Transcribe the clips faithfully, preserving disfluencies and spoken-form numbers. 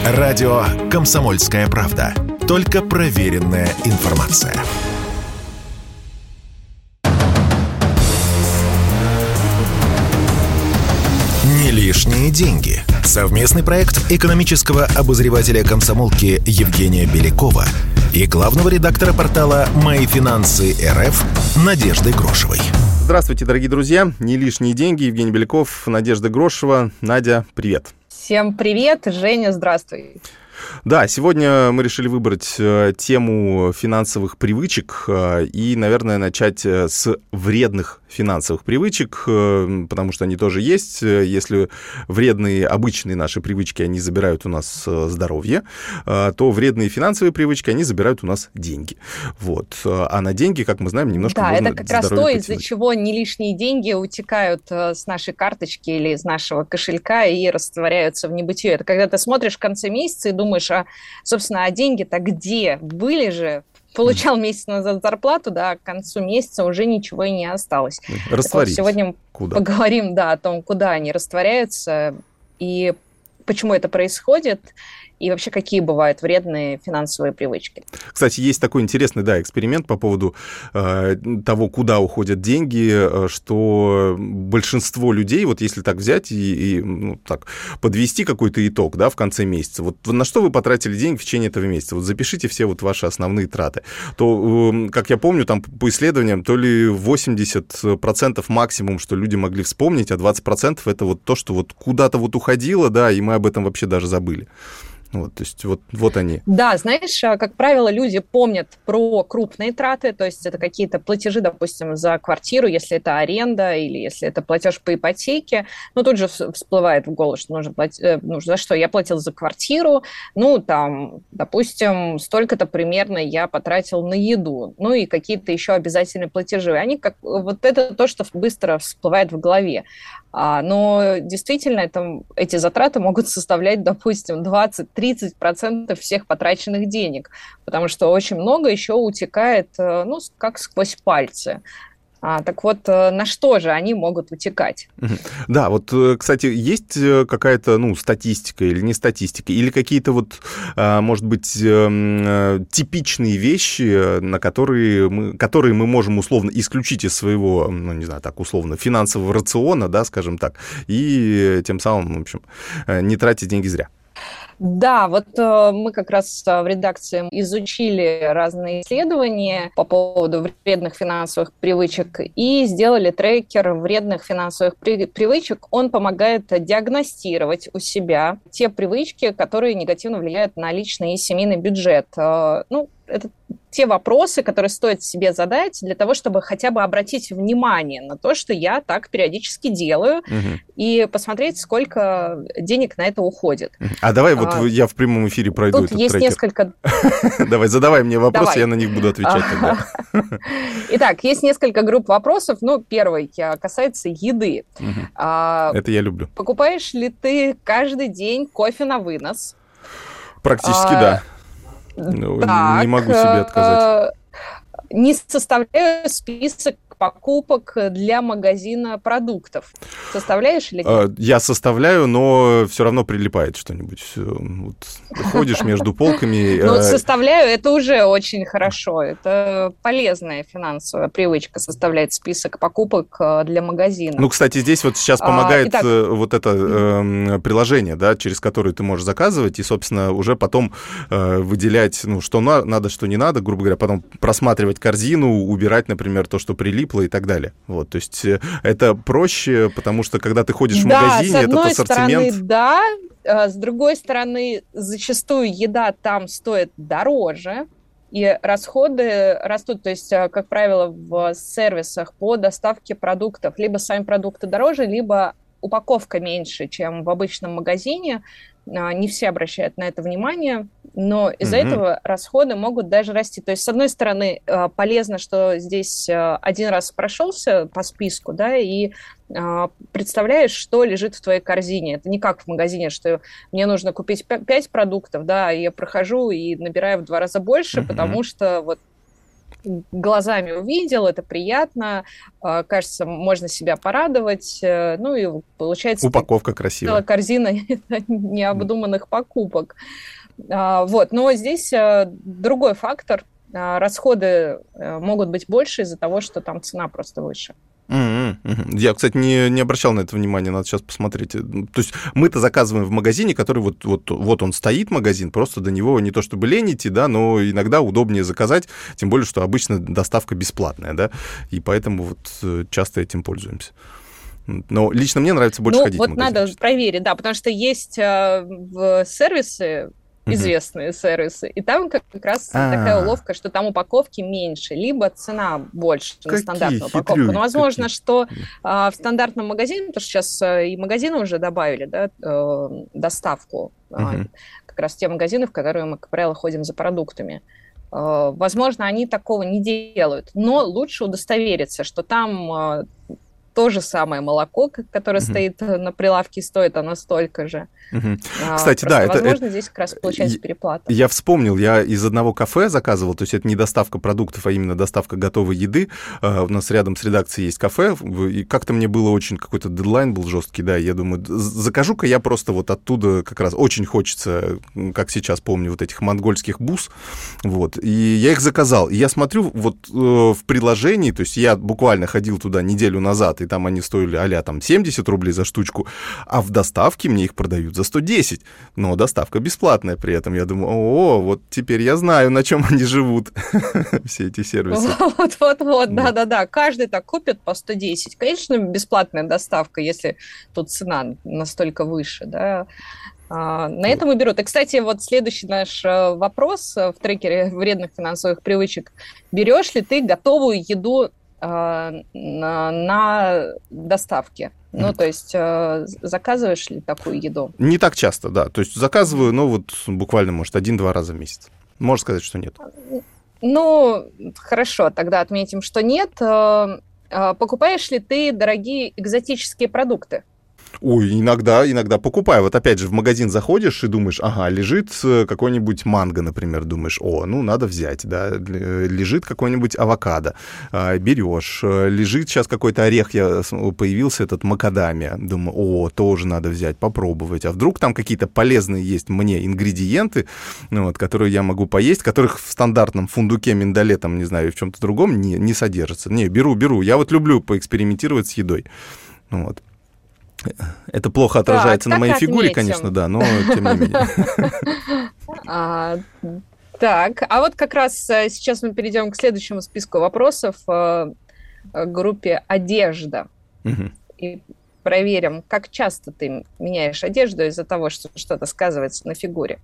Радио «Комсомольская правда». Только проверенная информация. Не лишние деньги. Совместный проект экономического обозревателя «Комсомолки» Евгения Белякова и главного редактора портала «Мои финансы РФ» Надежды Грошевой. Здравствуйте, дорогие друзья. Не лишние деньги. Евгений Беляков, Надежда Грошева. Надя, привет. Всем привет. Женя, здравствуй. Да, сегодня мы решили выбрать э, тему финансовых привычек э, и, наверное, начать э, с вредных финансовых привычек, э, потому что они тоже есть. Если вредные обычные наши привычки, они забирают у нас э, здоровье, э, то вредные финансовые привычки, они забирают у нас деньги. Вот. А на деньги, как мы знаем, немножко да, можно это как раз то, из-за чего не лишние деньги утекают э, с нашей карточки или из нашего кошелька и растворяются в небытие. Это когда ты смотришь в конце месяца и думаешь, а, собственно, а деньги-то где? Были же, получал месяц назад зарплату, да, а к концу месяца уже ничего и не осталось. Растворились. Вот сегодня куда? Поговорим, да, о том, куда они растворяются и почему это происходит, и вообще какие бывают вредные финансовые привычки. Кстати, есть такой интересный, да, эксперимент по поводу э, того, куда уходят деньги, э, что большинство людей, вот если так взять и, и ну, так, подвести какой-то итог, да, в конце месяца, вот на что вы потратили деньги в течение этого месяца, вот запишите все вот ваши основные траты, то, э, как я помню, там по исследованиям, то ли восемьдесят процентов максимум, что люди могли вспомнить, а двадцать процентов это вот то, что вот куда-то вот уходило, да, и мы об этом вообще даже забыли. Вот, то есть вот, вот они. Да, знаешь, как правило, люди помнят про крупные траты, то есть это какие-то платежи, допустим, за квартиру, если это аренда или если это платеж по ипотеке. Ну, тут же всплывает в голову, что нужно платить, ну, за что я платил за квартиру, ну, там, допустим, столько-то примерно я потратил на еду, ну, и какие-то еще обязательные платежи. Они как, вот это то, что быстро всплывает в голове. А, но действительно это, эти затраты могут составлять, допустим, двадцать-тридцать процентов всех потраченных денег, потому что очень много еще утекает, ну, как сквозь пальцы. А, так вот, на что же они могут утекать? Да, вот, кстати, есть какая-то, ну, статистика или не статистика, или какие-то вот, может быть, типичные вещи, на которые мы, которые мы можем условно исключить из своего, ну, не знаю, так условно, финансового рациона, да, скажем так, и тем самым, в общем, не тратить деньги зря. Да, вот э, мы как раз в редакции изучили разные исследования по поводу вредных финансовых привычек и сделали трекер вредных финансовых при- привычек. Он помогает диагностировать у себя те привычки, которые негативно влияют на личный и семейный бюджет. Э, ну, это те вопросы, которые стоит себе задать для того, чтобы хотя бы обратить внимание на то, что я так периодически делаю, угу. и посмотреть, сколько денег на это уходит. А давай вот а, я в прямом эфире пройду тут этот есть трекер. Несколько... Давай, задавай мне вопросы, Давай. Я на них буду отвечать тогда. Итак, есть несколько групп вопросов. Ну, первый касается еды. Это я люблю. Покупаешь ли ты каждый день кофе на вынос? Практически да. Ну, так, не могу себе отказать. Не составляю список покупок для магазина продуктов. Составляешь или нет? Я составляю, но все равно прилипает что-нибудь. Вот, ходишь между полками. Ну, составляю, это уже очень хорошо. Это полезная финансовая привычка составлять список покупок для магазина. Ну, кстати, здесь вот сейчас помогает а, итак... вот это э, приложение, да, через которое ты можешь заказывать, и, собственно, уже потом э, выделять, ну, что на- надо, что не надо, грубо говоря, потом просматривать корзину, убирать, например, то, что прилипло, и так далее. Вот, то есть это проще, потому что когда ты ходишь в да, магазине, этот ассортимент... с одной стороны, да, с другой стороны, зачастую еда там стоит дороже, и расходы растут. То есть, как правило, в сервисах по доставке продуктов либо сами продукты дороже, либо упаковка меньше, чем в обычном магазине. Не все обращают на это внимание, но из-за mm-hmm. этого расходы могут даже расти. То есть, с одной стороны, полезно, что здесь один раз прошелся по списку, да, и представляешь, что лежит в твоей корзине. Это не как в магазине, что мне нужно купить пять продуктов, да, и я прохожу и набираю в два раза больше, mm-hmm. потому что вот глазами увидел, это приятно, кажется, можно себя порадовать, ну и получается... Упаковка красивая. Корзина необдуманных покупок. Вот, но здесь другой фактор. Расходы могут быть больше из-за того, что там цена просто выше. Mm-hmm. Я, кстати, не, не обращал на это внимания, надо сейчас посмотреть. То есть мы-то заказываем в магазине, который вот, вот, вот он стоит, магазин, просто до него не то чтобы лень идти, да, но иногда удобнее заказать, тем более, что обычно доставка бесплатная, да, и поэтому вот часто этим пользуемся. Но лично мне нравится больше ну, ходить вот в магазин. Надо проверить, да, потому что есть э, в сервисы, известные uh-huh. сервисы, и там как раз А-а-а. такая уловка, что там упаковки меньше, либо цена больше Какие на стандартную упаковку. Хитрюги, Но возможно, какие? что а, в стандартном магазине, потому что сейчас а, и магазины уже добавили, да, э, доставку, uh-huh. а, как раз те магазины, в которые мы, как правило, ходим за продуктами. А, возможно, они такого не делают, но лучше удостовериться, что там а, то же самое молоко, которое uh-huh. стоит на прилавке, стоит оно столько же. Uh-huh. А, Кстати, да, это... Возможно, это... здесь как раз получается переплата. Я вспомнил, я из одного кафе заказывал, то есть это не доставка продуктов, а именно доставка готовой еды. Uh, у нас рядом с редакцией есть кафе, и как-то мне было очень, какой-то дедлайн был жесткий, да, я думаю, закажу-ка я просто вот оттуда как раз, очень хочется, как сейчас помню, вот этих монгольских бус, вот, и я их заказал. И я смотрю вот uh, в приложении, то есть я буквально ходил туда неделю назад, и там они стоили а-ля там семьдесят рублей за штучку, а в доставке мне их продают за сто десять, но доставка бесплатная при этом. Я думаю, о, вот теперь я знаю, на чем они живут, все эти сервисы. Вот-вот-вот, да-да-да, каждый так купит по сто десять. Конечно, бесплатная доставка, если тут цена настолько выше, да. На этом и берут. И, кстати, вот следующий наш вопрос в трекере вредных финансовых привычек. Берешь ли ты готовую еду На, на доставке. Ну, то есть заказываешь ли такую еду? Не так часто, да. То есть заказываю, ну, вот буквально, может, один-два раза в месяц. Можно сказать, что нет. Ну, хорошо, тогда отметим, что нет. Покупаешь ли ты дорогие экзотические продукты? Ой, иногда, иногда покупаю. Вот опять же, в магазин заходишь и думаешь, ага, лежит какой-нибудь манго, например, думаешь, о, ну, надо взять, да, лежит какой-нибудь авокадо, берешь, лежит сейчас какой-то орех, я, появился этот макадамия, думаю, о, тоже надо взять, попробовать, а вдруг там какие-то полезные есть мне ингредиенты, ну, вот, которые я могу поесть, которых в стандартном фундуке, миндале, там, не знаю, в чем-то другом не, не содержится. Не, беру, беру, я вот люблю поэкспериментировать с едой, ну, вот. Это плохо отражается так, на моей фигуре, конечно, да, но тем не менее. А, так, а вот как раз сейчас мы перейдем к следующему списку вопросов, к группе «Одежда». Угу. И проверим, как часто ты меняешь одежду из-за того, что что-то сказывается на фигуре.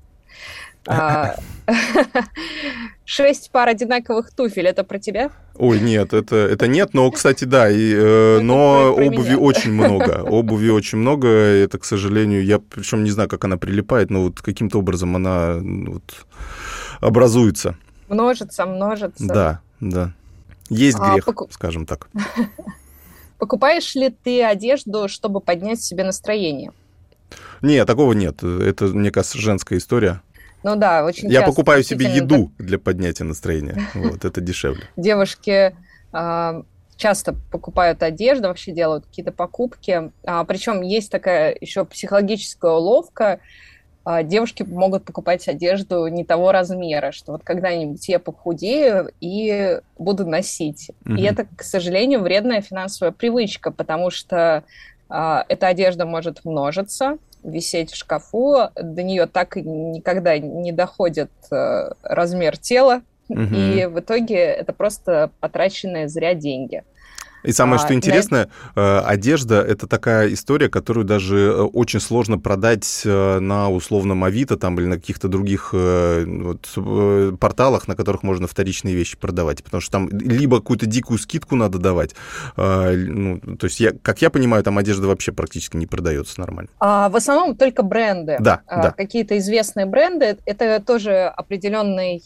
Шесть пар одинаковых туфель, это про тебя? Ой, нет, это, это нет, но, кстати, да, и, э, но обуви меня. очень много, обуви очень много, это, к сожалению, я причем не знаю, как она прилипает, но вот каким-то образом она вот, образуется. Множится, множится. Да, да. Есть грех, а, поку... скажем так. Покупаешь ли ты одежду, чтобы поднять себе настроение? Нет, такого нет, это, мне кажется, женская история. Ну да, очень Я часто. Я покупаю себе еду так... для поднятия настроения. Вот, это дешевле. Девушки э, часто покупают одежду, вообще делают какие-то покупки. А, причем есть такая еще психологическая уловка. А, девушки могут покупать одежду не того размера, что вот когда-нибудь я похудею и буду носить. Угу. И это, к сожалению, вредная финансовая привычка, потому что а, эта одежда может множиться, висеть в шкафу, до нее так и никогда не доходит э, размер тела, угу. и в итоге это просто потраченные зря деньги. И самое, что а, интересное, на... одежда — это такая история, которую даже очень сложно продать на условном Авито там, или на каких-то других вот, порталах, на которых можно вторичные вещи продавать, потому что там либо какую-то дикую скидку надо давать, ну, то есть, я, как я понимаю, там одежда вообще практически не продается нормально. А, в основном только бренды. Да, а, да. Какие-то известные бренды, это тоже определенный...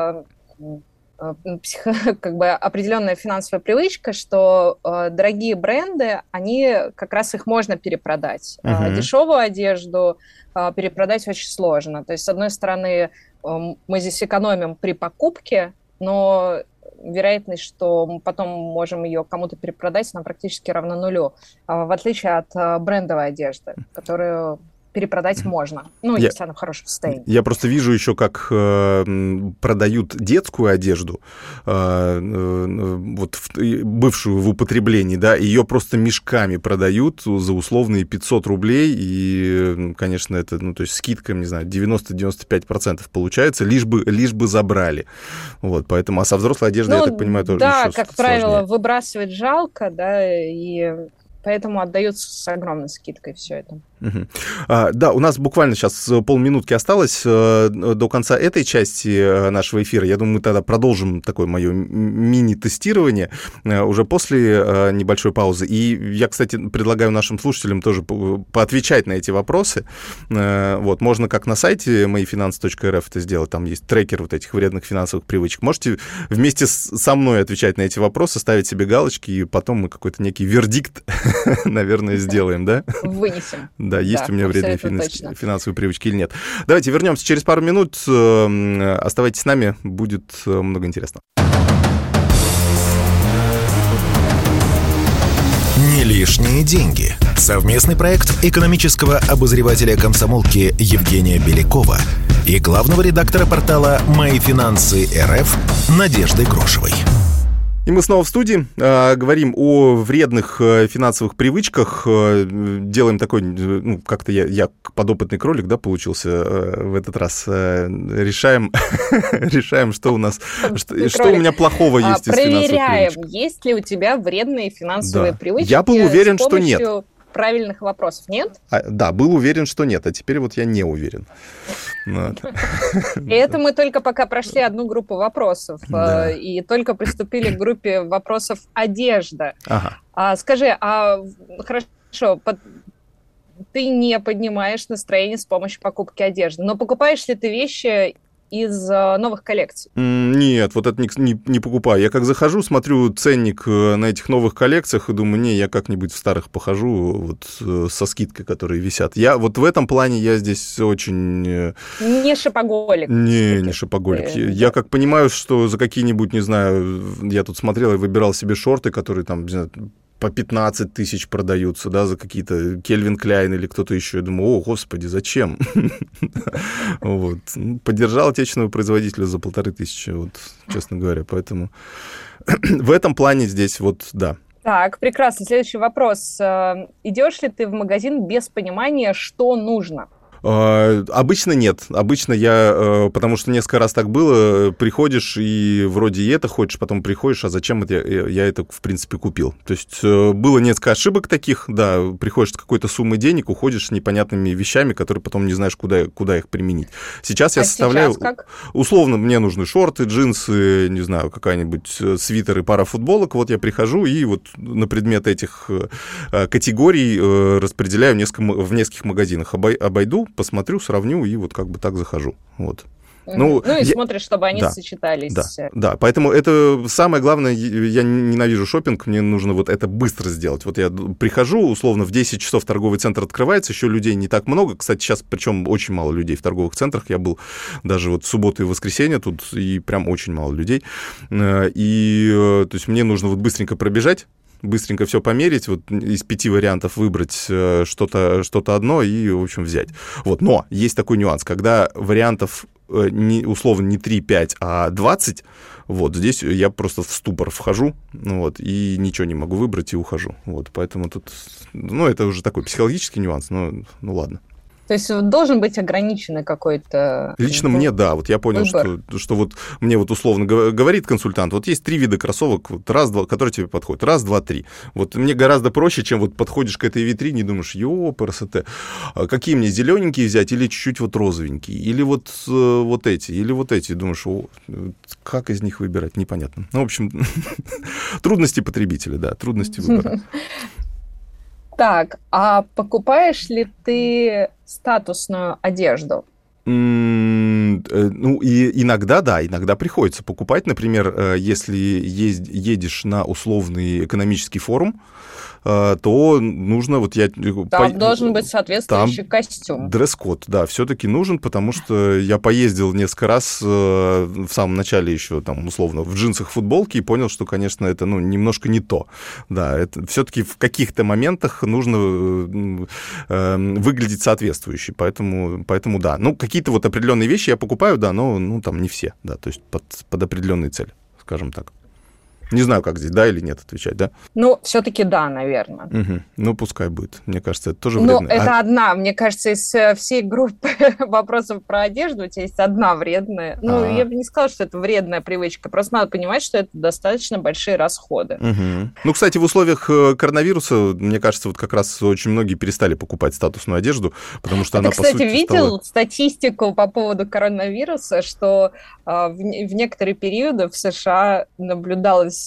как бы определенная финансовая привычка, что э, дорогие бренды, они как раз их можно перепродать. Uh-huh. Э, дешевую одежду э, перепродать очень сложно. То есть, с одной стороны, э, мы здесь экономим при покупке, но вероятность, что мы потом можем ее кому-то перепродать, она практически равна нулю, в отличие от брендовой одежды, которую перепродать можно, ну, я, если она в хорошем состоянии. Я просто вижу еще, как э, продают детскую одежду, э, э, вот в, бывшую в употреблении, да, ее просто мешками продают за условные пятьсот рублей, и, конечно, это, ну, то есть скидка, не знаю, девяносто-девяносто пять процентов получается, лишь бы, лишь бы забрали. Вот, поэтому, а со взрослой одеждой, ну, я так понимаю, тоже да, еще как сложнее. правило, выбрасывать жалко, да, и поэтому отдаются с огромной скидкой все это. Uh-huh. А, да, у нас буквально сейчас полминутки осталось э, до конца этой части нашего эфира. Я думаю, мы тогда продолжим такое мое мини-тестирование э, уже после э, небольшой паузы. И я, кстати, предлагаю нашим слушателям тоже по- поотвечать на эти вопросы. Э, вот, можно как на сайте мои финансы точка эр эф это сделать, там есть трекер вот этих вредных финансовых привычек. Можете вместе с, со мной отвечать на эти вопросы, ставить себе галочки, и потом мы какой-то некий вердикт, наверное, сделаем, да? Вынесем. Да, есть да, у меня вредные финансовые, финансовые привычки или нет. Давайте вернемся через пару минут. Оставайтесь с нами, будет много интересного. Не лишние деньги. Совместный проект экономического обозревателя комсомолки Евгения Белякова и главного редактора портала «Мои финансы эр эф» Надежды Грошевой. И мы снова в студии, э, говорим о вредных э, финансовых привычках, э, делаем такой, ну, как-то я, я подопытный кролик, да, получился э, в этот раз, э, решаем, решаем, что у нас, что, что у меня плохого есть из финансовых привычек. Проверяем, есть ли у тебя вредные финансовые да. привычки. Я был уверен, что нет. Правильных вопросов нет? А, да, был уверен, что нет, а теперь вот я не уверен. И это мы только пока прошли одну группу вопросов, да. И только приступили к группе вопросов одежда. Ага. А, скажи, а хорошо, под... ты не поднимаешь настроение с помощью покупки одежды, но покупаешь ли ты вещи из uh, новых коллекций? Нет, вот это не, не, не покупаю. Я как захожу, смотрю ценник на этих новых коллекциях и думаю, не, я как-нибудь в старых похожу вот со скидкой, которые висят. Я вот в этом плане я здесь очень... Не шопоголик. Не, не шопоголик. Я, я как понимаю, что за какие-нибудь, не знаю, я тут смотрел и выбирал себе шорты, которые там, не знаю, по пятнадцать тысяч продаются, да, за какие-то Кельвин Кляйн или кто-то еще. Я думаю, о, господи, зачем? Вот. Поддержал отечественного производителя за полторы тысячи, вот, честно говоря. Поэтому в этом плане здесь вот, да. Так, прекрасно. Следующий вопрос. Идешь ли ты в магазин без понимания, что нужно? Обычно нет. Обычно я, потому что несколько раз так было, приходишь и вроде и это хочешь, потом приходишь, а зачем это я, я это, в принципе, купил. То есть было несколько ошибок таких, да, приходишь с какой-то суммой денег, уходишь с непонятными вещами, которые потом не знаешь, куда, куда их применить. Сейчас я а составляю... Сейчас как? Условно, мне нужны шорты, джинсы, не знаю, какая-нибудь свитер и пара футболок. Вот я прихожу и вот на предмет этих категорий распределяю несколько, в нескольких магазинах. Обойду, посмотрю, сравню и вот как бы так захожу. Вот. Ну, ну и я... смотришь, чтобы они да, сочетались. Да, да, поэтому это самое главное, я ненавижу шопинг, мне нужно вот это быстро сделать. Вот я прихожу, условно, в десять часов торговый центр открывается, еще людей не так много. Кстати, сейчас причем очень мало людей в торговых центрах. Я был даже вот в субботу и воскресенье тут, и прям очень мало людей. И, то есть, мне нужно вот быстренько пробежать, быстренько все померить, вот из пяти вариантов выбрать что-то, что-то одно и, в общем, взять. Вот. Но есть такой нюанс, когда вариантов не, условно не три-пять, а двадцать, вот здесь я просто в ступор вхожу, вот, и ничего не могу выбрать и ухожу. Вот, поэтому тут, ну, это уже такой психологический нюанс, но, ну, ладно. То есть должен быть ограниченный какой-то... Лично ну, мне, да. Вот я понял, что, что вот мне вот условно говорит консультант, вот есть три вида кроссовок, вот раз, два, которые тебе подходят. Раз, два, три. Вот мне гораздо проще, чем вот подходишь к этой витрине и думаешь, ёпарасоте, какие мне зелененькие взять или чуть-чуть вот розовенькие, или вот, вот эти, или вот эти. Думаешь, о, как из них выбирать, непонятно. Ну, в общем, трудности потребителя, да, трудности выбора. Так, а покупаешь ли ты статусную одежду? Ну, и иногда, да, иногда приходится покупать. Например, если едешь на условный экономический форум, то нужно, вот я... Там по... должен быть соответствующий там костюм. Дресс-код, да, все-таки нужен, потому что я поездил несколько раз в самом начале еще, там, условно, в джинсах, футболке и понял, что, конечно, это, ну, немножко не то. Да, это все-таки в каких-то моментах нужно э, выглядеть соответствующе, поэтому, поэтому, да. Ну, какие-то вот определенные вещи я покупаю, да, но, ну, там, не все, да, то есть под, под определенные цели, скажем так. Не знаю, как здесь, да или нет отвечать, да? Ну, все-таки да, наверное. Угу. Ну, пускай будет. Мне кажется, это тоже вредно. Ну, это а... одна. Мне кажется, из всей группы вопросов про одежду у тебя есть одна вредная. Ну, А-а-а. я бы не сказала, что это вредная привычка. Просто надо понимать, что это достаточно большие расходы. Угу. Ну, кстати, в условиях коронавируса, мне кажется, вот как раз очень многие перестали покупать статусную одежду, потому что а она, ты, кстати, по сути, видел стала... статистику по поводу коронавируса, что а, в, в некоторые периоды в США наблюдалось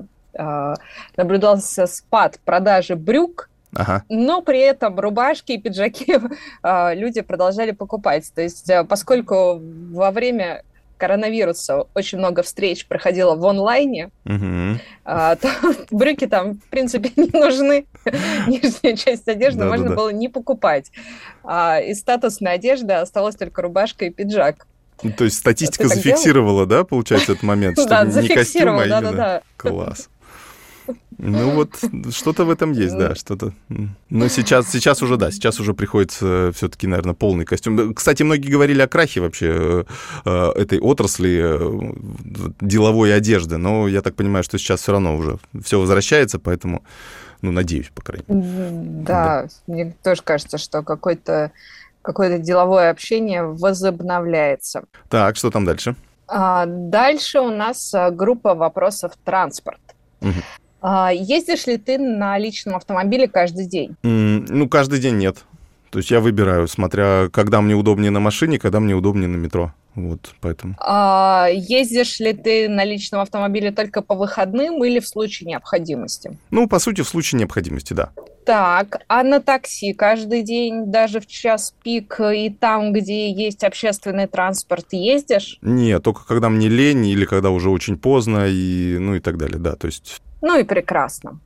наблюдался спад продажи брюк, ага. но при этом рубашки и пиджаки люди продолжали покупать. То есть поскольку во время коронавируса очень много встреч проходило в онлайне, угу. то брюки там, в принципе, не нужны. Нижняя часть одежды да, можно да, было да. не покупать. Из статусной одежды осталась только рубашка и пиджак. Ну, то есть статистика зафиксировала, да, получается, этот момент? Что да, не костюм, а да, именно... Да, да. Класс. Ну вот, что-то в этом есть, да, что-то. Но сейчас, сейчас уже, да, сейчас уже приходится все-таки, наверное, полный костюм. Кстати, многие говорили о крахе вообще этой отрасли деловой одежды, но я так понимаю, что сейчас все равно уже все возвращается, поэтому, ну, надеюсь, по крайней мере. Да, да. Мне тоже кажется, что какой-то, какое-то деловое общение возобновляется. Так, что там дальше? А, дальше у нас группа вопросов транспорт. Угу. Ездишь ли ты на личном автомобиле каждый день? Mm, ну, каждый день нет. То есть я выбираю, смотря, когда мне удобнее на машине, когда мне удобнее на метро. Вот, поэтому. А, ездишь ли ты на личном автомобиле только по выходным или в случае необходимости? Ну, по сути, в случае необходимости, да. Так, а на такси каждый день, даже в час пик и там, где есть общественный транспорт, ездишь? Нет, только когда мне лень или когда уже очень поздно, и, ну и так далее, да, то есть... Ну и прекрасно.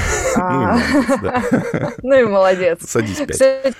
Ну и молодец. Садись пять.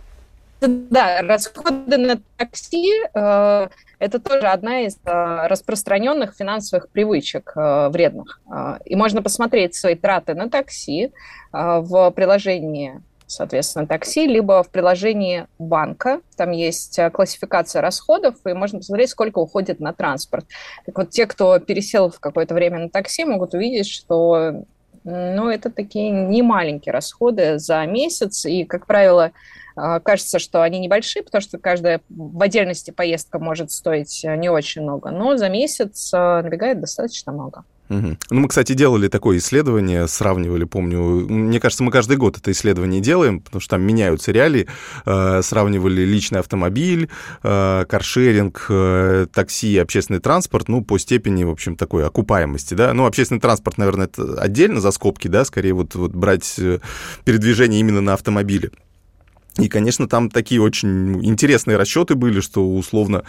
Да, расходы на такси э, – это тоже одна из э, распространенных финансовых привычек э, вредных. Э, и можно посмотреть свои траты на такси э, в приложении, соответственно, такси, либо в приложении банка. Там есть классификация расходов, и можно посмотреть, сколько уходит на транспорт. Так вот, те, кто пересел в какое-то время на такси, могут увидеть, что ну, это такие немаленькие расходы за месяц, и, как правило, кажется, что они небольшие, потому что каждая в отдельности поездка может стоить не очень много, но за месяц набегает достаточно много. Угу. Ну, мы, кстати, делали такое исследование, сравнивали, помню, мне кажется, мы каждый год это исследование делаем, потому что там меняются реалии, э, сравнивали личный автомобиль, э, каршеринг, э, такси и общественный транспорт, ну, по степени, в общем, такой окупаемости, да, ну, общественный транспорт, наверное, это отдельно за скобки, да, скорее вот, вот брать передвижение именно на автомобиле. И, конечно, там такие очень интересные расчеты были, что, условно,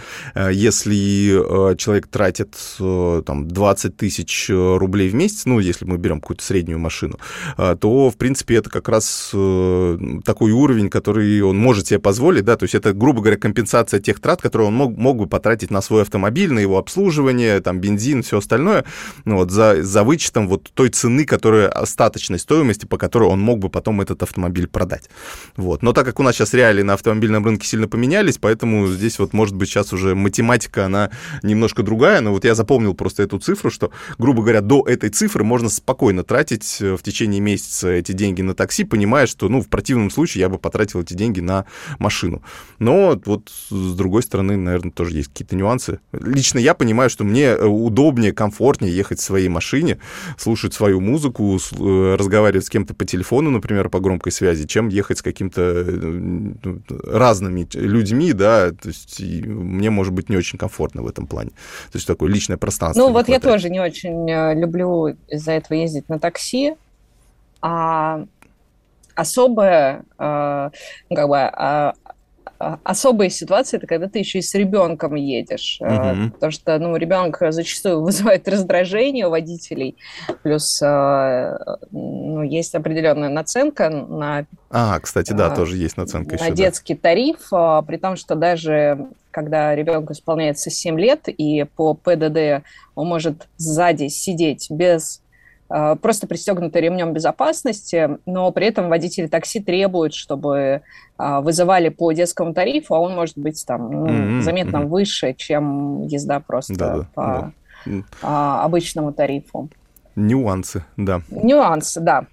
если человек тратит там, двадцать тысяч рублей в месяц, ну, если мы берем какую-то среднюю машину, то, в принципе, это как раз такой уровень, который он может себе позволить, да, то есть это, грубо говоря, компенсация тех трат, которые он мог, мог бы потратить на свой автомобиль, на его обслуживание, там, бензин, все остальное, ну, вот, за, за вычетом вот той цены, которая остаточной стоимости, по которой он мог бы потом этот автомобиль продать. Вот. Но так как у нас сейчас реалии на автомобильном рынке сильно поменялись, поэтому здесь вот, может быть, сейчас уже математика, она немножко другая, но вот я запомнил просто эту цифру, что, грубо говоря, до этой цифры можно спокойно тратить в течение месяца эти деньги на такси, понимая, что, ну, в противном случае я бы потратил эти деньги на машину. Но вот с другой стороны, наверное, тоже есть какие-то нюансы. Лично я понимаю, что мне удобнее, комфортнее ехать в своей машине, слушать свою музыку, разговаривать с кем-то по телефону, например, по громкой связи, чем ехать с каким-то разными людьми, да, то есть мне, может быть, не очень комфортно в этом плане. То есть такое личное пространство. Ну, вот хватает. Я тоже не очень люблю из-за этого ездить на такси, а особое, ну, как бы, особая ситуация, это когда ты еще и с ребенком едешь, Мгм. потому что, ну, ребенок зачастую вызывает раздражение у водителей, плюс, э, ну, есть определенная наценка на, А, кстати, да, э, тоже есть наценка на еще, да. детский тариф, а, при том, что даже когда ребенку исполняется семь лет, и по ПДД он может сзади сидеть без а, просто пристегнутый ремнем безопасности, но при этом водители такси требуют, чтобы а, вызывали по детскому тарифу, а он может быть там, ну, Мгм, заметно мгм. выше, чем езда просто Да-да, по да. М, а, обычному тарифу. Нюансы, да. Нюансы, да.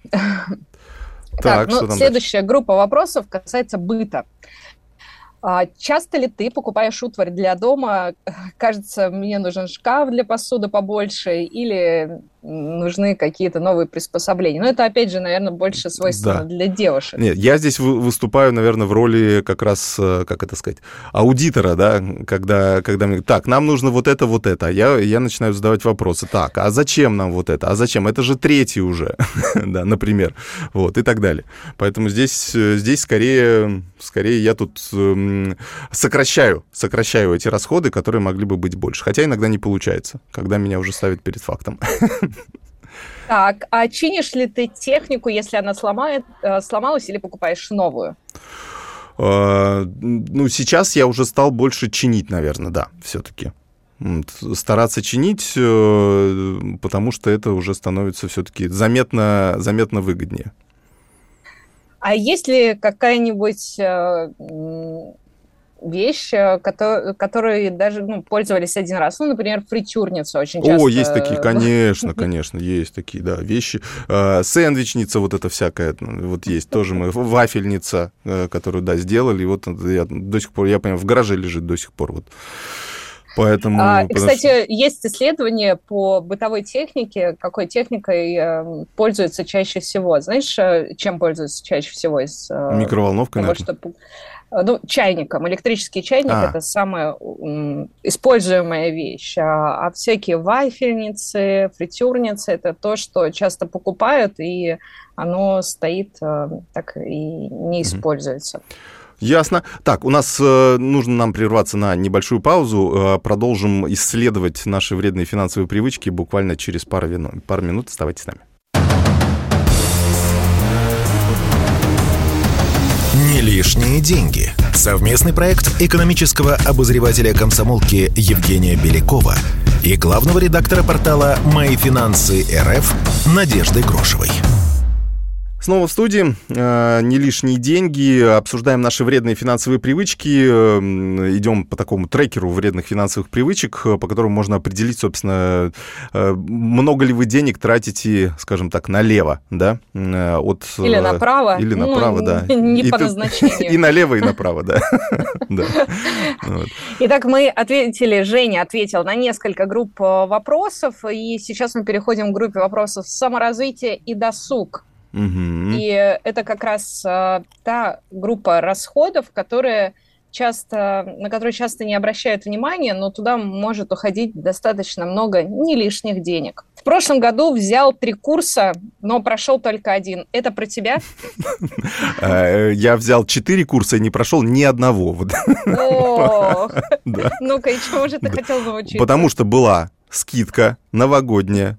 Так, Так, ну, что там дальше? следующая группа вопросов касается быта. А часто ли ты покупаешь утварь для дома? Кажется, мне нужен шкаф для посуды побольше или нужны какие-то новые приспособления? Но это, опять же, наверное, больше свойственно Да. для девушек. Нет, я здесь вы- выступаю, наверное, в роли как раз, э, как это сказать, аудитора, да, когда, когда мне говорят, так, нам нужно вот это, вот это, а я, я начинаю задавать вопросы, так, а зачем нам вот это, а зачем, это же третий уже, да, например, вот, и так далее. Поэтому здесь, э, здесь скорее, скорее я тут эм, сокращаю, сокращаю эти расходы, которые могли бы быть больше, хотя иногда не получается, когда меня уже ставят перед фактом. Так, а чинишь ли ты технику, если она сломает, э, сломалась, или покупаешь новую? Э, Ну, сейчас я уже стал больше чинить, наверное, да, все-таки. Стараться чинить, э, потому что это уже становится все-таки заметно, заметно выгоднее. А есть ли какая-нибудь э, м, вещь, э, кото- которой даже, ну, пользовались один раз? Ну, например, фритюрница очень часто. О, есть такие, конечно, конечно, есть такие, да, вещи. Э, Сэндвичница вот эта всякая, ну, вот есть тоже мы, вафельница, э, которую, да, сделали, и вот я до сих пор, я понимаю, в гараже лежит до сих пор, вот. Поэтому... А, и, потому кстати, есть исследования по бытовой технике, какой техникой э, пользуются чаще всего. Знаешь, э, чем пользуются чаще всего из что э, микроволновка, того, наверное. что... Ну, чайником. Электрический чайник А. это самая м, используемая вещь. А, а всякие вафельницы, фритюрницы это то, что часто покупают, и оно стоит э, так и не используется. Ясно. Так, у нас э, нужно нам прерваться на небольшую паузу. Э, продолжим исследовать наши вредные финансовые привычки буквально через пару, вино, пару минут. Оставайтесь с нами. Не лишние деньги. Совместный проект экономического обозревателя комсомолки Евгения Белякова и главного редактора портала «Мои финансы РФ» Надежды Грошевой. Снова в студии. Э, не лишние деньги. Обсуждаем наши вредные финансовые привычки. Э, идем по такому трекеру вредных финансовых привычек, по которому можно определить, собственно, э, много ли вы денег тратите, скажем так, налево, да? Э, от, Или направо. Или направо, ну, да. Не и по ты... назначению. И налево, и направо, да. Итак, мы ответили, Женя ответил на несколько групп вопросов, и сейчас мы переходим к группе вопросов саморазвитие и досуг. Угу. И это как раз а, та группа расходов, которые часто, на которые часто не обращают внимания, но туда может уходить достаточно много не лишних денег. В прошлом году взял три курса, но прошел только один. Это про тебя? Я взял четыре курса и не прошел ни одного. Ох, ну-ка, и чему же ты хотел научиться? Потому что была скидка новогодняя.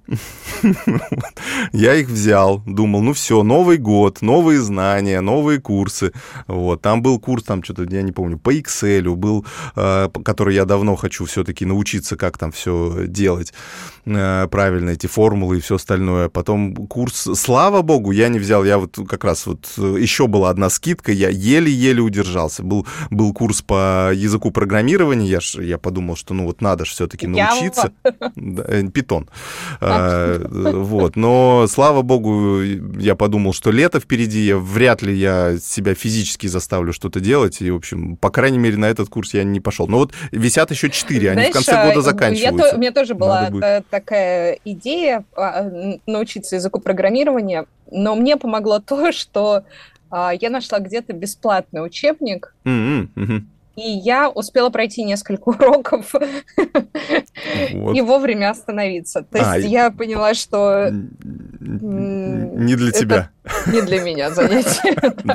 Я их взял, думал, ну все, Новый год, новые знания, новые курсы. Вот. Там был курс, там что-то, я не помню, по Excel был, э, который я давно хочу все-таки научиться, как там все делать э, правильно, эти формулы и все остальное. Потом курс, слава богу, я не взял, я вот как раз вот, еще была одна скидка, я еле-еле удержался. Был, был курс по языку программирования, я, ж, я подумал, что ну вот надо же все-таки научиться. Питон. Вот. Но, слава богу, я подумал, что лето впереди, я, вряд ли я себя физически заставлю что-то делать, и, в общем, по крайней мере, на этот курс я не пошел. Но вот висят еще четыре, они в конце года заканчиваются. Я, у меня тоже была та, такая идея научиться языку программирования, но мне помогло то, что а, я нашла где-то бесплатный учебник, mm-hmm, mm-hmm. и я успела пройти несколько уроков вот. И вовремя остановиться. То есть а, я поняла, что Не для тебя. Не для меня занятие.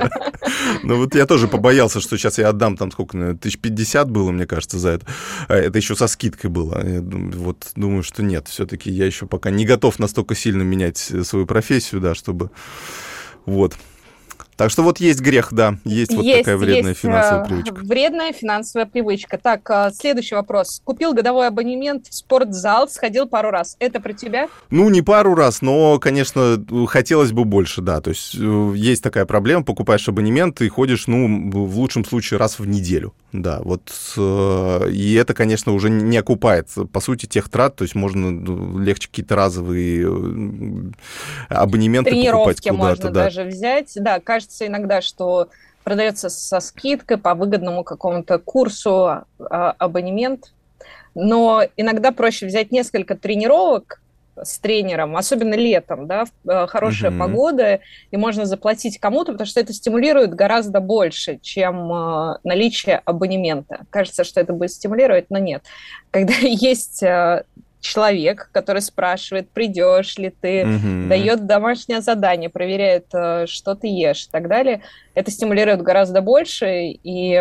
Ну вот я тоже побоялся, что сейчас я отдам там сколько, тысяч пятьдесят было, мне кажется, за это. Это еще со скидкой было. Вот думаю, что нет, все-таки я еще пока не готов настолько сильно менять свою профессию, да, чтобы... Вот. Так что вот есть грех, да, есть, есть вот такая вредная есть, финансовая привычка. Вредная финансовая привычка. Так, следующий вопрос. Купил годовой абонемент в спортзал, сходил пару раз. Это про тебя? Ну, не пару раз, но, конечно, хотелось бы больше, да. То есть есть такая проблема, покупаешь абонемент и ходишь, ну, в лучшем случае раз в неделю. Да, вот. И это, конечно, уже не окупает, по сути, тех трат. То есть можно легче какие-то разовые абонементы покупать куда-то. Тренировки можно да. даже взять. Да, кажется, иногда, что продается со скидкой по выгодному какому-то курсу абонемент, но иногда проще взять несколько тренировок с тренером, особенно летом, да, хорошая uh-huh. погода, и можно заплатить кому-то, потому что это стимулирует гораздо больше, чем наличие абонемента. Кажется, что это будет стимулировать, но нет. Когда есть человек, который спрашивает, придешь ли ты, uh-huh. дает домашнее задание, проверяет, что ты ешь и так далее, это стимулирует гораздо больше, и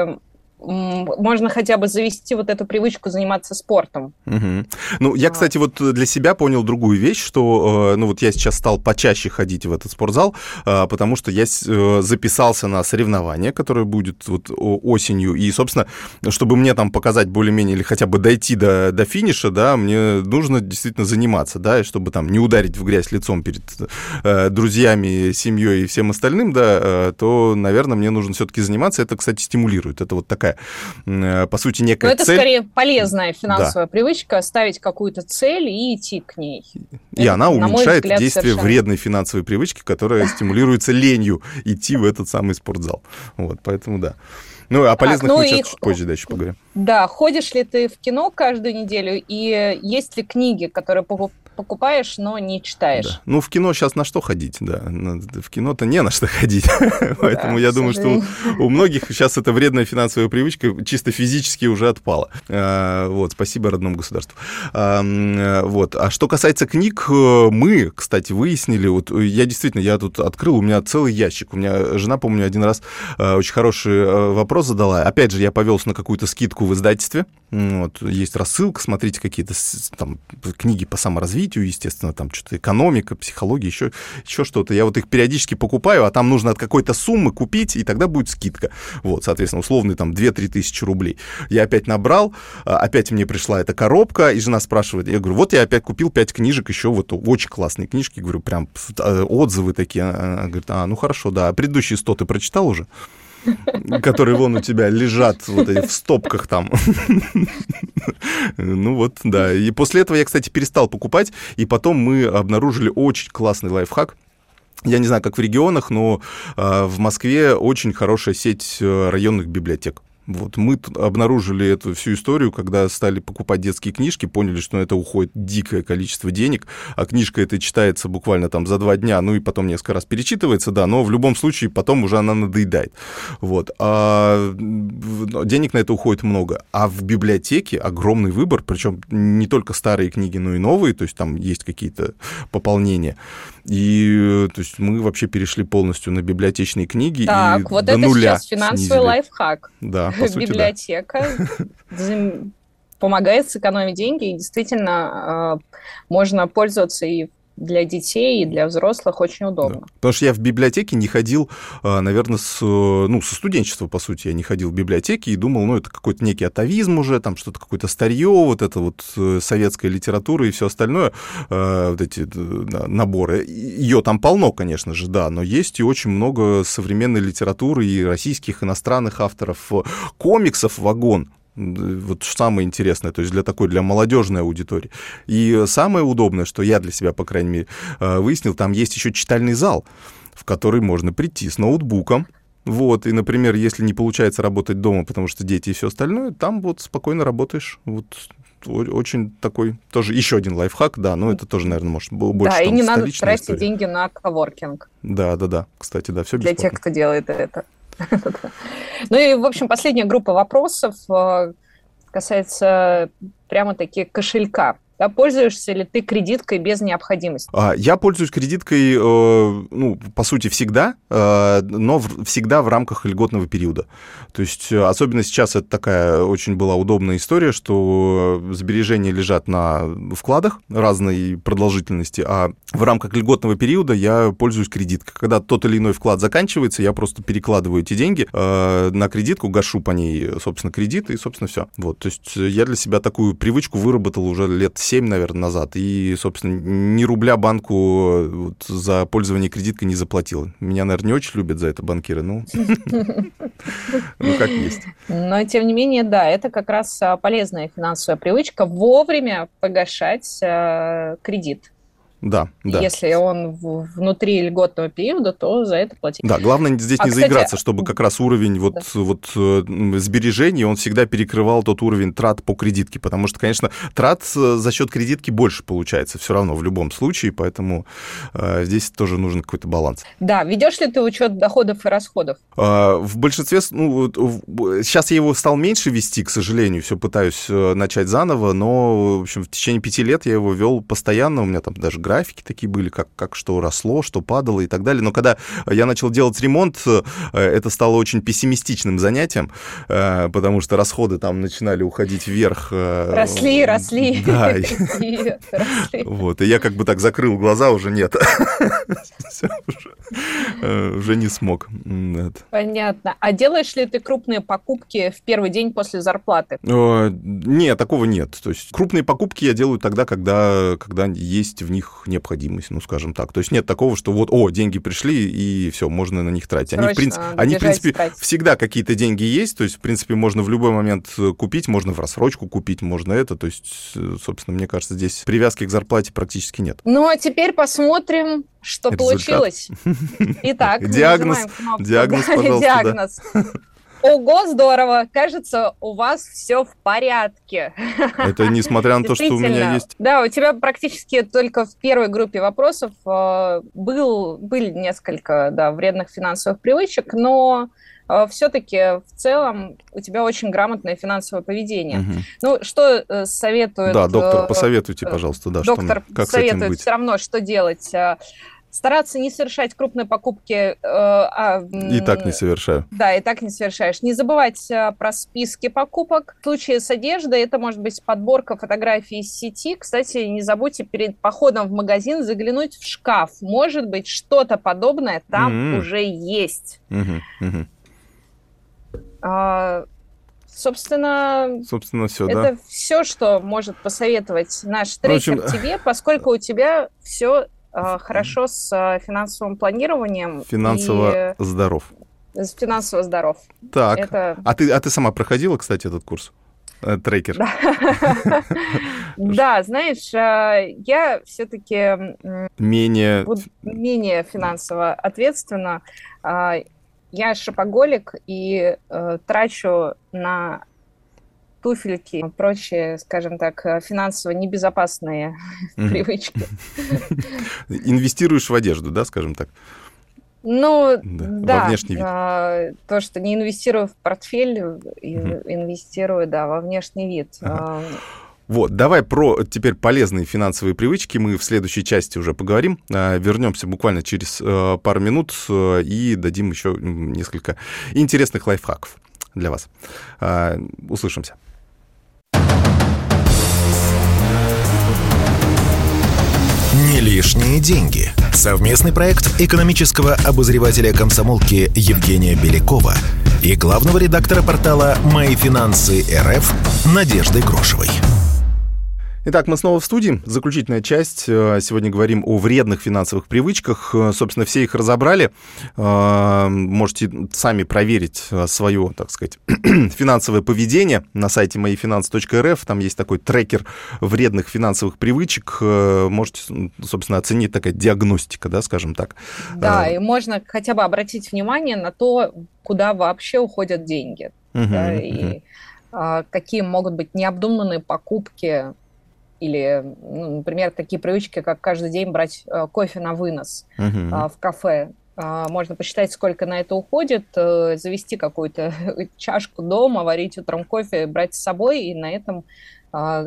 можно хотя бы завести вот эту привычку заниматься спортом. Угу. Ну, я, кстати, вот для себя понял другую вещь, что, ну, вот я сейчас стал почаще ходить в этот спортзал, потому что я записался на соревнование, которое будет вот осенью, и, собственно, чтобы мне там показать более-менее или хотя бы дойти до, до финиша, да, мне нужно действительно заниматься, да, и чтобы там не ударить в грязь лицом перед э, друзьями, семьей и всем остальным, да, э, то, наверное, мне нужно все-таки заниматься. Это, кстати, стимулирует. Это вот такая, по сути, некая Но это цель. скорее полезная финансовая да. привычка, ставить какую-то цель и идти к ней. И это, она уменьшает взгляд, действие совершенно... вредной финансовой привычки, которая стимулируется ленью идти в этот самый спортзал. Вот, поэтому да. Ну, о полезных так, ну сейчас и... чуть позже дальше поговорим. Да, ходишь ли ты в кино каждую неделю, и есть ли книги, которые покупаешь, но не читаешь? Да. Ну, в кино сейчас на что ходить, да. В кино-то не на что ходить. Поэтому я думаю, что у многих сейчас эта вредная финансовая привычка чисто физически уже отпала. Вот, спасибо родному государству. Вот. А что касается книг, мы, кстати, выяснили, вот я действительно, я тут открыл, у меня целый ящик. У меня жена, помню, один раз очень хороший вопрос задала. Опять же, я повелся на какую-то скидку в издательстве. Вот, есть рассылка, смотрите какие-то там книги по саморазвитию, естественно, там что-то экономика, психология, еще, еще что-то. Я вот их периодически покупаю, а там нужно от какой-то суммы купить, и тогда будет скидка. Вот, соответственно, условный там две-три тысячи рублей. Я опять набрал, опять мне пришла эта коробка, и жена спрашивает, я говорю, вот я опять купил пять книжек, еще вот очень классные книжки, говорю, прям отзывы такие. Она говорит, а, ну хорошо, да, а предыдущие сто ты прочитал уже? Которые вон у тебя лежат вот в стопках там. Ну вот, да. И после этого я, кстати, перестал покупать, и потом мы обнаружили очень классный лайфхак. Я не знаю, как в регионах, но э, в Москве очень хорошая сеть районных библиотек. Вот, мы обнаружили эту всю историю, когда стали покупать детские книжки, поняли, что на это уходит дикое количество денег, а книжка эта читается буквально там за два дня, ну и потом несколько раз перечитывается, да, но в любом случае потом уже она надоедает. Вот, а денег на это уходит много. А в библиотеке огромный выбор, причем не только старые книги, но и новые, то есть там есть какие-то пополнения. И то есть мы вообще перешли полностью на библиотечные книги. Так, и вот до это нуля сейчас финансовый снизили. Лайфхак. Да, по сути, библиотека да. помогает сэкономить деньги, и действительно можно пользоваться и для детей, и для взрослых очень удобно. Да. Потому что я в библиотеке не ходил, наверное, с, ну, со студенчества, по сути, я не ходил в библиотеки и думал, ну, это какой-то некий атовизм уже, там что-то какое-то старье, вот это вот советская литература и все остальное, вот эти наборы. Ее там полно, конечно же, да, но есть и очень много современной литературы и российских, иностранных авторов, комиксов вагон. Вот самое интересное, то есть для такой, для молодежной аудитории. И самое удобное, что я для себя, по крайней мере, выяснил, там есть еще читальный зал, в который можно прийти с ноутбуком. Вот, и, например, если не получается работать дома, потому что дети и все остальное, там вот спокойно работаешь. Вот очень такой, тоже еще один лайфхак, да, но это тоже, наверное, может, больше да, там, и не надо тратить история. деньги на коворкинг. Да, да, да, кстати, да, все бесплатно. Для тех, кто делает это. Ну и, в общем, последняя группа вопросов касается прямо-таки кошелька. Да, пользуешься ли ты кредиткой без необходимости? Я пользуюсь кредиткой, ну, по сути, всегда, но всегда в рамках льготного периода. То есть, особенно сейчас это такая очень была удобная история, что сбережения лежат на вкладах разной продолжительности, а в рамках льготного периода я пользуюсь кредиткой. Когда тот или иной вклад заканчивается, я просто перекладываю эти деньги на кредитку, гашу по ней, собственно, кредит, и, собственно, все. Вот, то есть я для себя такую привычку выработал уже лет семь, наверное, назад, и, собственно, ни рубля банку вот за пользование кредиткой не заплатил. Меня, наверное, не очень любят за это банкиры, ну, ну как есть. Но, тем не менее, да, это как раз полезная финансовая привычка вовремя погашать кредит. Да, да. Если он внутри льготного периода, то за это платить. Да, главное здесь а, не кстати, заиграться, чтобы как раз уровень вот, да. вот, сбережений, он всегда перекрывал тот уровень трат по кредитке, потому что, конечно, трат за счет кредитки больше получается все равно в любом случае, поэтому э, здесь тоже нужен какой-то баланс. Да, ведешь ли ты учет доходов и расходов? Э, в большинстве, ну, сейчас я его стал меньше вести, к сожалению, все пытаюсь начать заново, но, в общем, в течение пяти лет я его вел постоянно, у меня там даже график графики такие были, как, как что росло, что падало и так далее. Но когда я начал делать ремонт, это стало очень пессимистичным занятием, потому что расходы там начинали уходить вверх. Росли, росли. Да. Вот, и я как бы так закрыл глаза, уже нет. Уже не смог. Понятно. А делаешь ли ты крупные покупки в первый день после зарплаты? Нет, такого нет. То есть крупные покупки я делаю тогда, когда, когда есть в них необходимость, ну, скажем так. То есть нет такого, что вот, о, деньги пришли, и все, можно на них тратить. Они, в принципе, они, в принципе тратить. Всегда какие-то деньги есть, то есть, в принципе, можно в любой момент купить, можно в рассрочку купить, можно это. То есть, собственно, мне кажется, здесь привязки к зарплате практически нет. Ну, а теперь посмотрим, что Результат. Получилось. Итак, диагноз, диагноз, пожалуйста. Диагноз. Ого, здорово! Кажется, у вас все в порядке. Это несмотря на то, что у меня есть... Да, у тебя практически только в первой группе вопросов э, был, были несколько да, вредных финансовых привычек, но э, все-таки в целом у тебя очень грамотное финансовое поведение. Угу. Ну, что э, советует... Да, доктор, посоветуйте, пожалуйста. Да, доктор что, как советует все равно, что делать... Стараться не совершать крупные покупки. Э, а, и так не совершаю. Да, и так не совершаешь. Не забывать э, про списки покупок. В случае с одеждой это может быть подборка фотографий из сети. Кстати, не забудьте перед походом в магазин заглянуть в шкаф. Может быть, что-то подобное там mm-hmm. уже есть. Mm-hmm. Mm-hmm. А, собственно, собственно, все, это да? все, что может посоветовать наш трекер общем... тебе, поскольку у тебя все... хорошо с финансовым планированием. Финансово и... здоров. Финансово здоров. Так, это... а, ты, а ты сама проходила, кстати, этот курс? Трекер. Да, знаешь, я все-таки... Менее... Менее финансово ответственна. Я шопоголик и трачу на... туфельки, прочие, скажем так, финансово небезопасные mm-hmm. привычки. Инвестируешь в одежду, да, скажем так? Ну, да, да, во внешний вид. А, то, что не инвестирую в портфель, mm-hmm. инвестирую, да, во внешний вид. Ага. Вот, давай про теперь полезные финансовые привычки мы в следующей части уже поговорим. Вернемся буквально через пару минут и дадим еще несколько интересных лайфхаков для вас. Услышимся. Не лишние деньги. Совместный проект экономического обозревателя комсомолки Евгения Белякова и главного редактора портала «Мои финансы РФ» Надежды Грошевой. Итак, мы снова в студии. Заключительная часть. Сегодня говорим о вредных финансовых привычках. Собственно, все их разобрали. Можете сами проверить свое, так сказать, финансовое поведение на сайте мои финансы точка эр эф. Там есть такой трекер вредных финансовых привычек. Можете, собственно, оценить такая диагностика, да, скажем так. Да, и можно хотя бы обратить внимание на то, куда вообще уходят деньги. Uh-huh, да, uh-huh. И а, какие могут быть необдуманные покупки. Или, ну, например, такие привычки, как каждый день брать э, кофе на вынос uh-huh. э, в кафе. Э, можно посчитать, сколько на это уходит, э, завести какую-то чашку дома, варить утром кофе, брать с собой, и на этом э,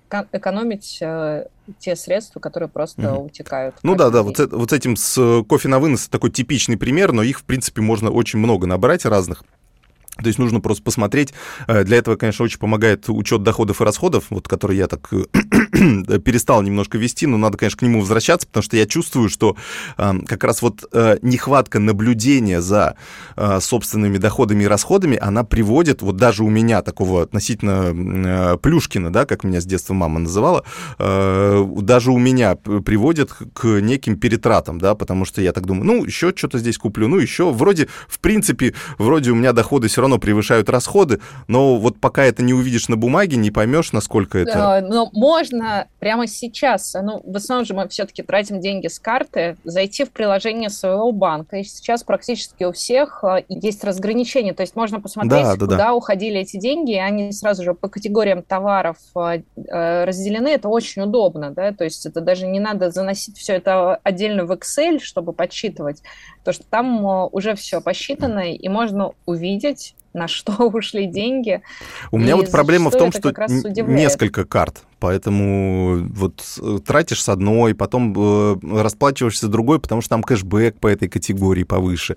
экономить э, те средства, которые просто mm-hmm. утекают. Ну да, да, вот, вот с этим с кофе на вынос такой типичный пример, но их, в принципе, можно очень много набрать разных. То есть нужно просто посмотреть. Для этого, конечно, очень помогает учет доходов и расходов, вот, который я так перестал немножко вести, но надо, конечно, к нему возвращаться, потому что я чувствую, что э, как раз вот э, нехватка наблюдения за э, собственными доходами и расходами, она приводит, вот даже у меня, такого относительно э, Плюшкина, да, как меня с детства мама называла, э, даже у меня приводит к неким перетратам, да, потому что я так думаю, ну, еще что-то здесь куплю, ну, еще вроде, в принципе, вроде у меня доходы все равно превышают расходы, но вот пока это не увидишь на бумаге, не поймешь, насколько это... Но можно прямо сейчас, ну, в основном же мы все-таки тратим деньги с карты, зайти в приложение своего банка, и сейчас практически у всех есть разграничение, то есть можно посмотреть, да, да, куда да. уходили эти деньги, и они сразу же по категориям товаров разделены, это очень удобно, да, то есть это даже не надо заносить все это отдельно в Excel, чтобы подсчитывать, потому что там уже все посчитано, и можно увидеть, на что ушли деньги. У меня вот проблема в том, что несколько карт, поэтому вот тратишь с одной, потом э, расплачиваешься с другой, потому что там кэшбэк по этой категории повыше.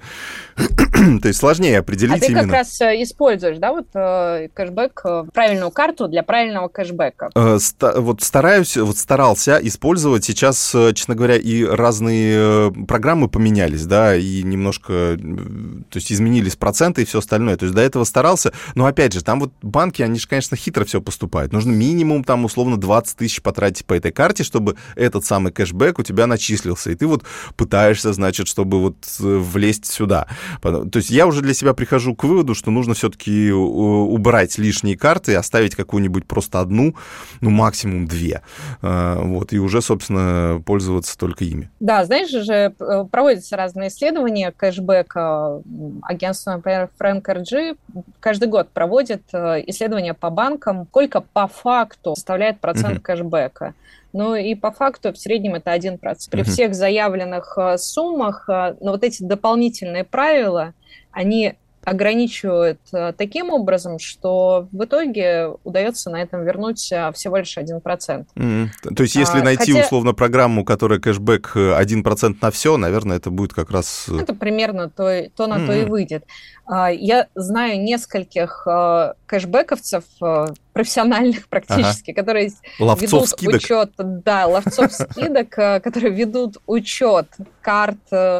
То есть сложнее определить именно. А ты как раз используешь, да, вот э, кэшбэк, э, правильную карту для правильного кэшбэка? Э, ста- вот стараюсь, вот старался использовать. Сейчас, честно говоря, и разные программы поменялись, да, и немножко, то есть изменились проценты и все остальное. То есть до этого старался, но опять же, там вот банки, они же, конечно, хитро все поступают. Нужно минимум там условно двадцать тысяч потратить по этой карте, чтобы этот самый кэшбэк у тебя начислился. И ты вот пытаешься, значит, чтобы вот влезть сюда. То есть я уже для себя прихожу к выводу, что нужно все-таки убрать лишние карты, оставить какую-нибудь просто одну, ну, максимум две. Вот, и уже, собственно, пользоваться только ими. Да, знаешь же, проводятся разные исследования кэшбэка. Агентство, например, Frank эр джи каждый год проводит исследования по банкам, сколько по факту составляет процент uh-huh. кэшбэка. Ну и по факту в среднем это один процент. При uh-huh. всех заявленных суммах, но вот эти дополнительные правила, они ограничивают таким образом, что в итоге удается на этом вернуть всего лишь один процент. Mm-hmm. То есть если а, найти хотя... условно программу, которая кэшбэк один процент на все, наверное, это будет как раз... Это примерно то, то на mm-hmm. то и выйдет. Я знаю нескольких кэшбэковцев, профессиональных практически, ага. которые ловцов ведут скидок. учет, да, ловцов скидок, которые ведут учет карт,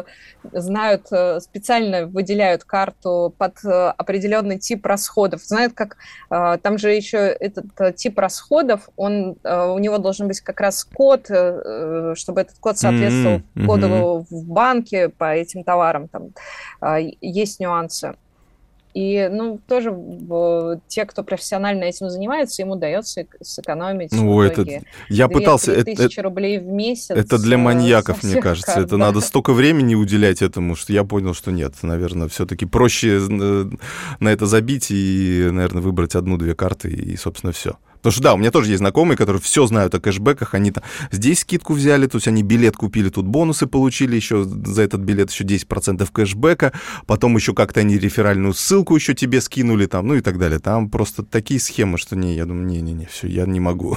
знают, специально выделяют карту под определенный тип расходов. Знают, как там же еще этот тип расходов, он, у него должен быть как раз код, чтобы этот код соответствовал mm-hmm. коду mm-hmm. в банке по этим товарам. Там есть нюансы. И, ну, тоже в, те, кто профессионально этим занимается, им удается сэкономить ну, в итоге это, я пытался, тысячи рублей в месяц. Это для маньяков, мне кажется. Карт, это да. надо столько времени уделять этому, что я понял, что нет. Наверное, все-таки проще на это забить и, наверное, выбрать одну-две карты и, собственно, все. Потому что, да, у меня тоже есть знакомые, которые все знают о кэшбэках, они там здесь скидку взяли, то есть они билет купили, тут бонусы получили, еще за этот билет еще десять процентов кэшбэка, потом еще как-то они реферальную ссылку еще тебе скинули, там, ну и так далее. Там просто такие схемы, что не, я думаю, не-не-не, все, я не могу.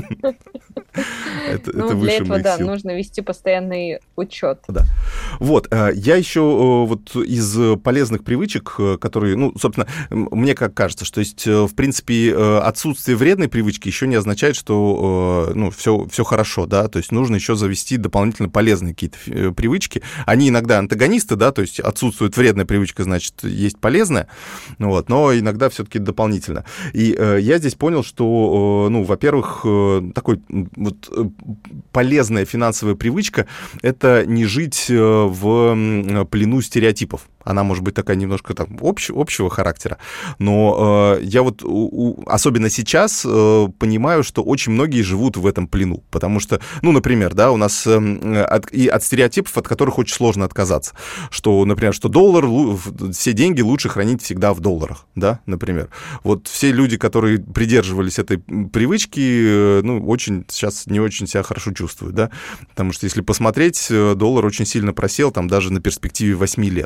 Это для этого, да, нужно вести постоянный учет. Да. Вот, я еще вот из полезных привычек, которые, ну, собственно, мне как кажется, что есть, в принципе, отсутствие вредной привычки еще не означает, что ну, все, все хорошо, да, то есть нужно еще завести дополнительно полезные какие-то привычки. Они иногда антагонисты, да, то есть отсутствует вредная привычка, значит, есть полезная, вот, но иногда все-таки дополнительно. И э, я здесь понял, что, э, ну, во-первых, э, такой вот полезная финансовая привычка — это не жить в плену стереотипов. Она может быть такая немножко там общ, общего характера, но э, я вот у, у, особенно сейчас э, понимаю, что очень многие живут в этом плену, потому что, ну, например, да, у нас э, от, и от стереотипов, от которых очень сложно отказаться, что, например, что доллар, все деньги лучше хранить всегда в долларах, да, например. Вот все люди, которые придерживались этой привычки, э, ну, очень сейчас не очень себя хорошо чувствуют, да, потому что если посмотреть, доллар очень сильно просел, там, даже на перспективе восьми лет.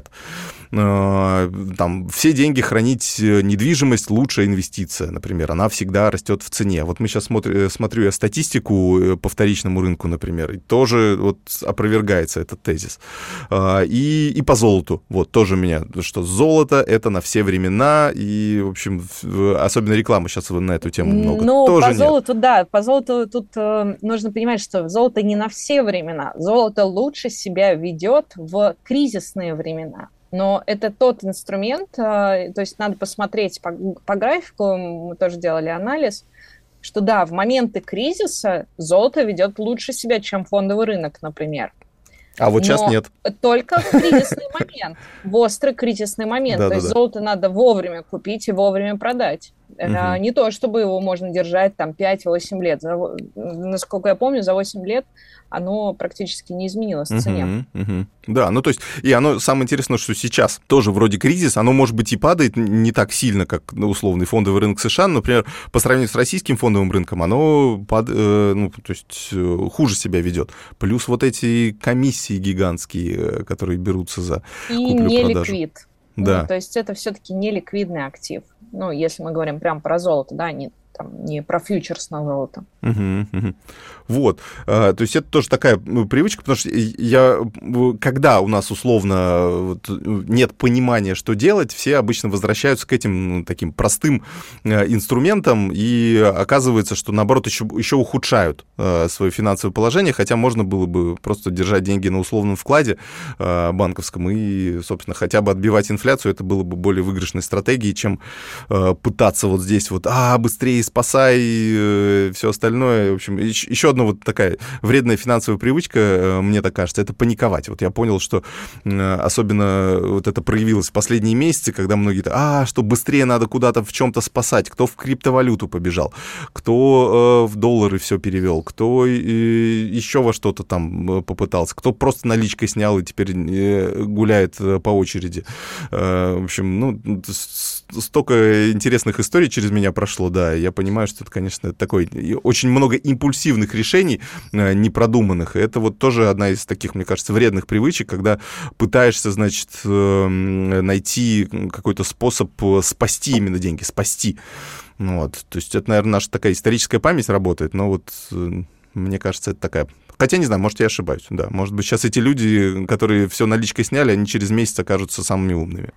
э, там, все деньги хранить, недвижимость лучшая инвестиция, например, она всегда растет в цене. Вот мы сейчас смотрим, смотрю я статистику по вторичному рынку, например, и тоже вот опровергается этот тезис. Э, и, и по золоту, вот, тоже меня, что золото — это на все времена, и, в общем, особенно реклама сейчас на эту тему много. Ну, тоже по нет. золоту, да, по золоту тут э, нужно понимать, что золото не на все времена. Золото лучше себя ведет в кризисные времена. Но это тот инструмент, э, то есть надо посмотреть по, по графику, мы тоже делали анализ, что да, в моменты кризиса золото ведет лучше себя, чем фондовый рынок, например. А вот сейчас Но нет. Только в кризисный момент, в острый кризисный момент. Да, то да, есть да. золото надо вовремя купить и вовремя продать. Угу. Не то, чтобы его можно держать там пять-восемь лет. За, насколько я помню, за восемь лет оно практически не изменилось в цене. Угу, угу. Да, ну то есть, и оно, самое интересное, что сейчас тоже вроде кризис, оно, может быть, и падает не так сильно, как ну, условный фондовый рынок США, но, например, по сравнению с российским фондовым рынком, оно пад, э, ну, то есть, э, хуже себя ведет. Плюс вот эти комиссии гигантские, которые берутся за и куплю-продажу. не ликвид. Да. Ну, то есть это все-таки не ликвидный актив. Ну, если мы говорим прямо про золото, да, не, там, не про фьючерс на золото. Угу, угу. Вот, а, то есть это тоже такая привычка, потому что я, когда у нас условно вот, нет понимания, что делать, все обычно возвращаются к этим ну, таким простым инструментам, и оказывается, что наоборот еще, еще ухудшают а, свое финансовое положение, хотя можно было бы просто держать деньги на условном вкладе а, банковском и, собственно, хотя бы отбивать инфляцию, это было бы более выигрышной стратегией, чем а, пытаться вот здесь вот, а, быстрее спасай, э, все остальное. В общем, еще, еще одна вот такая вредная финансовая привычка, э, мне так кажется, это паниковать. Вот я понял, что э, особенно вот это проявилось в последние месяцы, когда многие, а, что быстрее надо куда-то в чем-то спасать, кто в криптовалюту побежал, кто э, в доллары все перевел, кто э, еще во что-то там попытался, кто просто наличкой снял и теперь э, гуляет по очереди. Э, в общем, ну, столько интересных историй через меня прошло, да, я понимаю, что это, конечно, такой очень много импульсивных решений, э, непродуманных. И это вот тоже одна из таких, мне кажется, вредных привычек, когда пытаешься, значит, э, найти какой-то способ спасти именно деньги, спасти. Вот. То есть это, наверное, наша такая историческая память работает, но вот э, мне кажется, это такая... Хотя, не знаю, может, я ошибаюсь, да. Может быть, сейчас эти люди, которые все наличкой сняли, они через месяц окажутся самыми умными.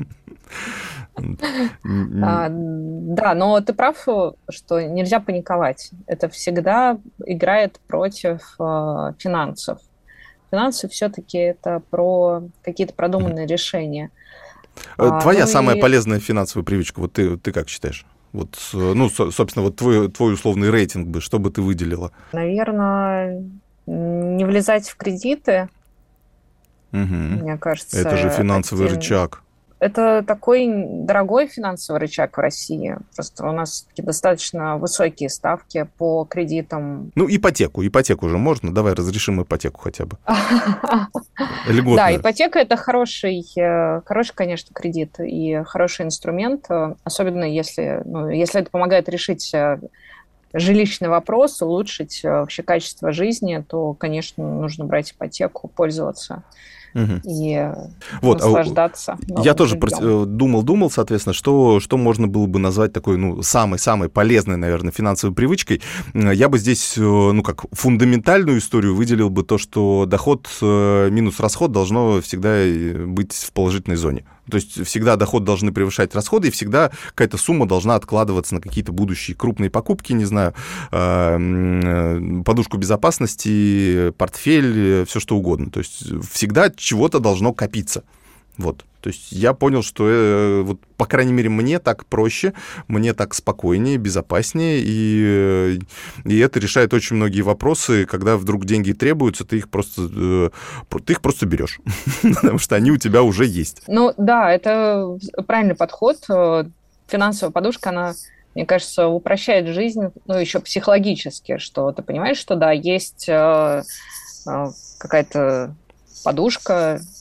А, да, но ты прав, что нельзя паниковать. Это всегда играет против э, финансов. Финансы все-таки это про какие-то продуманные решения. Твоя а, ну самая и... полезная финансовая привычка, вот ты, ты как считаешь? Вот, ну, собственно, вот твой, твой условный рейтинг бы, что бы ты выделила? Наверное, не влезать в кредиты. Угу. Мне кажется, это же финансовый один... рычаг. Это такой дорогой финансовый рычаг в России. Просто у нас достаточно высокие ставки по кредитам. Ну, ипотеку. Ипотеку же можно? Давай разрешим ипотеку хотя бы. Льготную. Да, ипотека – это хороший, хороший, конечно, кредит и хороший инструмент, особенно если, ну, если это помогает решить жилищный вопрос, улучшить вообще качество жизни, то, конечно, нужно брать ипотеку, пользоваться. Угу. И вот, наслаждаться. Я тоже думал-думал, соответственно, что, что можно было бы назвать такой, ну, самой-самой полезной, наверное, финансовой привычкой. Я бы здесь, ну, как фундаментальную историю выделил бы то, что доход минус расход должно всегда быть в положительной зоне. То есть всегда доход должны превышать расходы, и всегда какая-то сумма должна откладываться на какие-то будущие крупные покупки, не знаю, подушку безопасности, портфель, все что угодно. То есть всегда чего-то должно копиться. Вот. То есть я понял, что, э, вот, по крайней мере, мне так проще, мне так спокойнее, безопаснее, и, и это решает очень многие вопросы, когда вдруг деньги требуются, ты их просто, э, ты их просто берешь, потому что они у тебя уже есть. Ну да, это правильный подход. Финансовая подушка, она, мне кажется, упрощает жизнь, ну, еще психологически, что ты понимаешь, что да, есть э, э, какая-то подушка,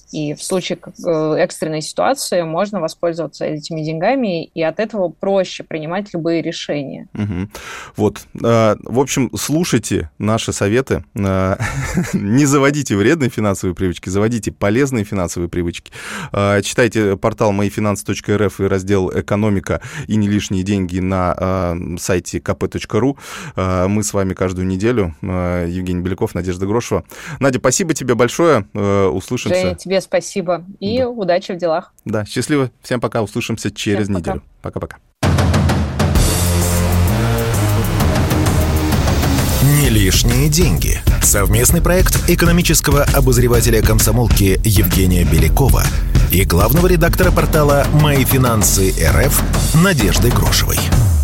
И в случае экстренной ситуации можно воспользоваться этими деньгами, и от этого проще принимать любые решения. Угу. Вот. В общем, слушайте наши советы. Не заводите вредные финансовые привычки, заводите полезные финансовые привычки. Читайте портал мои финансы точка эр эф и раздел «Экономика и не лишние деньги» на сайте ка пэ точка ру. Мы с вами каждую неделю. Евгений Беляков, Надежда Грошева. Надя, спасибо тебе большое. Услышимся. Женя, тебе спасибо. И да. удачи в делах. Да, счастливо. Всем пока. Услышимся через Всем неделю. Пока-пока. Не лишние деньги. Совместный проект экономического обозревателя комсомолки Евгения Белякова и главного редактора портала «Мои финансы эр эф» Надежды Грошевой.